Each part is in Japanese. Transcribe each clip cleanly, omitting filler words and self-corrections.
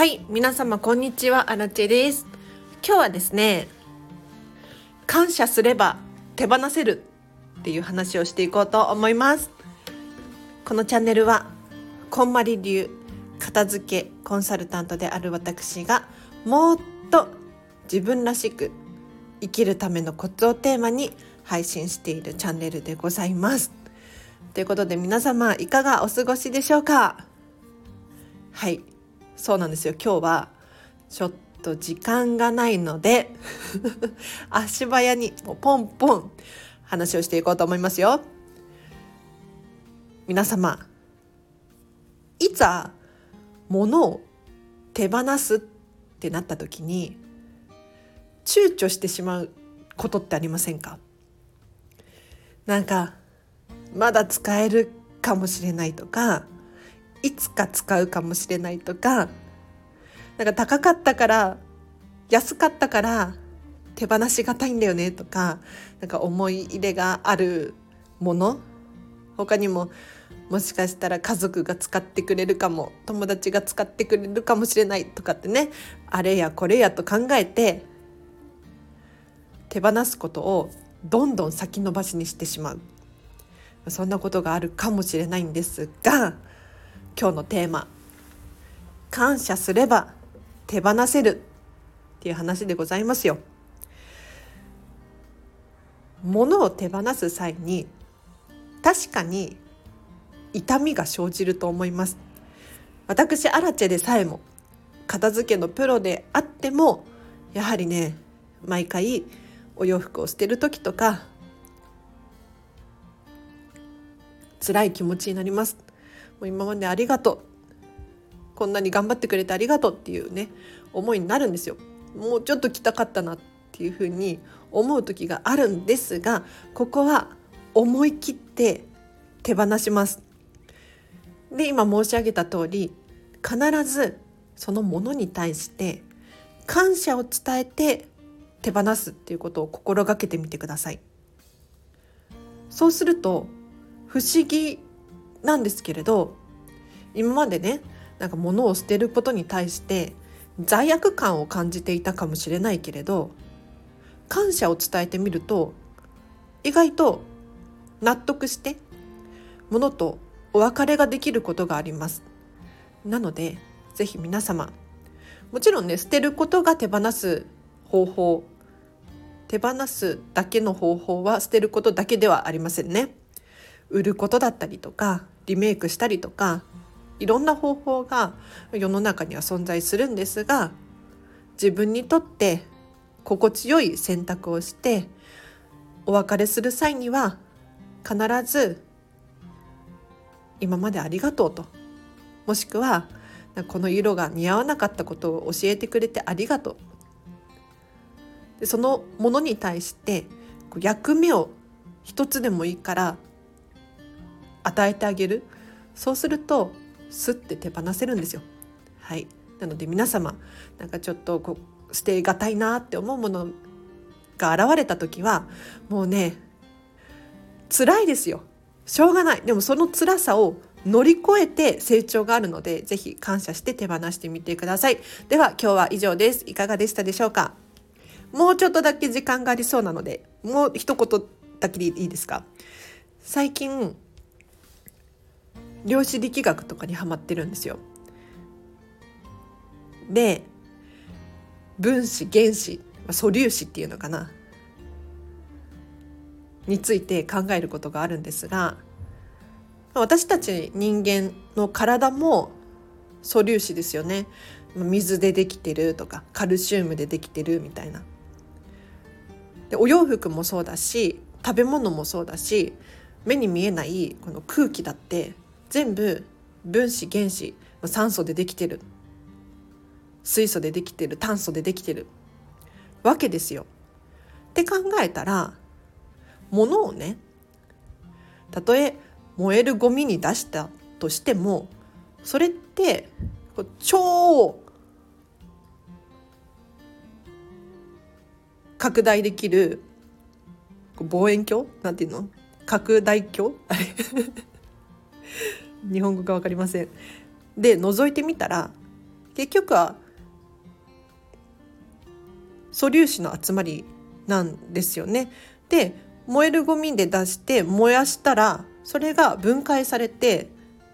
はい、皆様こんにちは、アラチェです。今日はですね、感謝すれば手放せるっていう話をしていこうと思います。このチャンネルはこんまり流片付けコンサルタントである私がもっと自分らしく生きるためのコツをテーマに配信しているチャンネルでございます。ということで皆様いかがお過ごしでしょうか。はい、そうなんですよ。今日はちょっと時間がないので足早にもうポンポン話をしていこうと思いますよ。皆様、いざ物を手放すってなった時に躊躇してしまうことってありませんか？なんかまだ使えるかもしれないとか、いつか使うかもしれないとか、なんか高かったから安かったから手放しがたいんだよねとか、なんか思い入れがあるもの、他にももしかしたら家族が使ってくれるかも、友達が使ってくれるかもしれないとかってね、あれやこれやと考えて手放すことをどんどん先延ばしにしてしまう、そんなことがあるかもしれないんですが、今日のテーマ、感謝すれば手放せるっていう話でございますよ。物を手放す際に確かに痛みが生じると思います。私アラチェでさえも片付けのプロであっても、やはりね、毎回お洋服を捨てる時とか辛い気持ちになります。もう今までありがとう、こんなに頑張ってくれてありがとうっていうね、思いになるんですよ。もうちょっと着たかったなっていうふうに思う時があるんですが、ここは思い切って手放します。で、今申し上げた通り、必ずそのものに対して感謝を伝えて手放すっていうことを心がけてみてください。そうすると不思議なんですけれど、今までね、なんか物を捨てることに対して罪悪感を感じていたかもしれないけれど、感謝を伝えてみると意外と納得して物とお別れができることがあります。なのでぜひ皆様、もちろんね、捨てることが手放す方法、手放すだけの方法は捨てることだけではありませんね。売ることだったりとかリメイクしたりとか、いろんな方法が世の中には存在するんですが、自分にとって心地よい選択をしてお別れする際には必ず今までありがとうと、もしくはこの色が似合わなかったことを教えてくれてありがとう、でそのものに対して役目を一つでもいいから与えてあげる。そうするとスッて手放せるんですよ。はい、なので皆様、なんかちょっと捨てがたいなって思うものが現れた時は、もうね、辛いですよ。しょうがない。でもその辛さを乗り越えて成長があるので、ぜひ感謝して手放してみてください。では今日は以上です。いかがでしたでしょうか。もうちょっとだけ時間がありそうなので、もう一言だけでいいですか。最近量子力学とかにハマってるんですよ。で、分子原子、素粒子っていうのかなについて考えることがあるんですが、私たち人間の体も素粒子ですよね。水でできてるとかカルシウムでできてるみたいな。で、お洋服もそうだし、食べ物もそうだし、目に見えないこの空気だって全部分子原子、酸素でできてる、水素でできてる、炭素でできてるわけですよ。って考えたら、物をね、たとえ燃えるゴミに出したとしても、それって超拡大できる望遠鏡なんていうの、拡大鏡あれ日本語が分かりません。で、覗いてみたら結局は素粒子の集まりなんですよね。で、燃えるゴミで出して燃やしたら、それが分解されて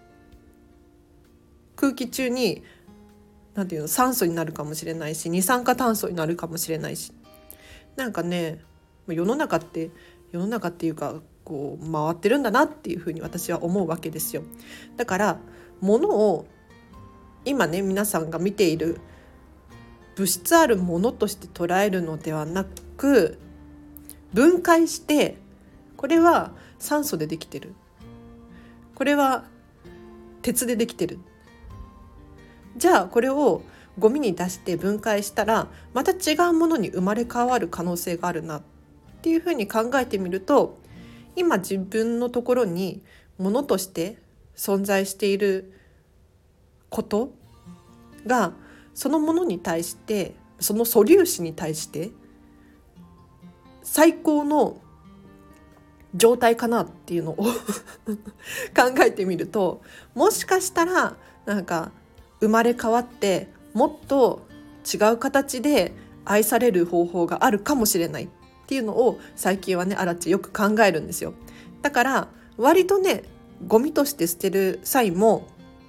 空気中になんていうの、酸素になるかもしれないし、二酸化炭素になるかもしれないし、なんかね、世の中っていうかこう回ってるんだなっていうふうに私は思うわけですよ。だから物を今ね、皆さんが見ている物質あるものとして捉えるのではなく、分解して、これは酸素でできてる、これは鉄でできてる、じゃあこれをゴミに出して分解したらまた違うものに生まれ変わる可能性があるなっていうふうに考えてみると、今自分のところに物として存在していることが、そのものに対して、その素粒子に対して最高の状態かなっていうのを考えてみると、もしかしたらなんか生まれ変わってもっと違う形で愛される方法があるかもしれないっていうのを最近はね、あらちよく考えるんですよ。だから割とね、ゴミとして捨てる際も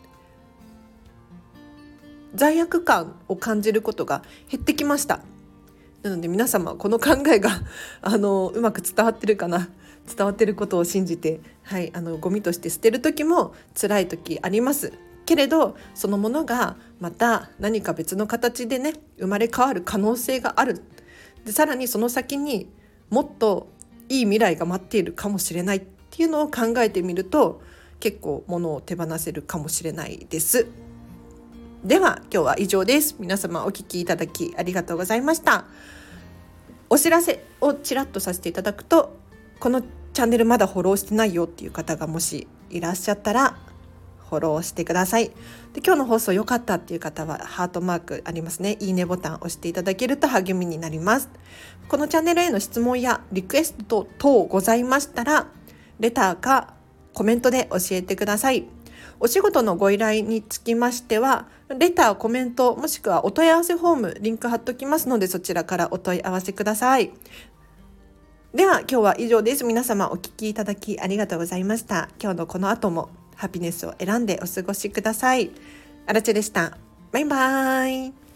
罪悪感を感じることが減ってきました。なので皆様、この考えがうまく伝わってるかな、伝わってることを信じて、はい、ゴミとして捨てる時も辛い時ありますけれど、そのものがまた何か別の形でね、生まれ変わる可能性がある。で、さらにその先にもっといい未来が待っているかもしれないっていうのを考えてみると、結構物を手放せるかもしれないです。では今日は以上です。皆様お聞きいただきありがとうございました。お知らせをちらっとさせていただくと、このチャンネルまだフォローしてないよっていう方がもしいらっしゃったらフォローしてください。で、今日の放送良かったっていう方はハートマークありますね、いいねボタンを押していただけると励みになります。このチャンネルへの質問やリクエスト等ございましたら、レターかコメントで教えてください。お仕事のご依頼につきましては、レター、コメント、もしくはお問い合わせフォーム、リンク貼っときますので、そちらからお問い合わせください。では今日は以上です。皆様お聞きいただきありがとうございました。今日のこの後もハピネスを選んでお過ごしください。あらちでした。バイバイ。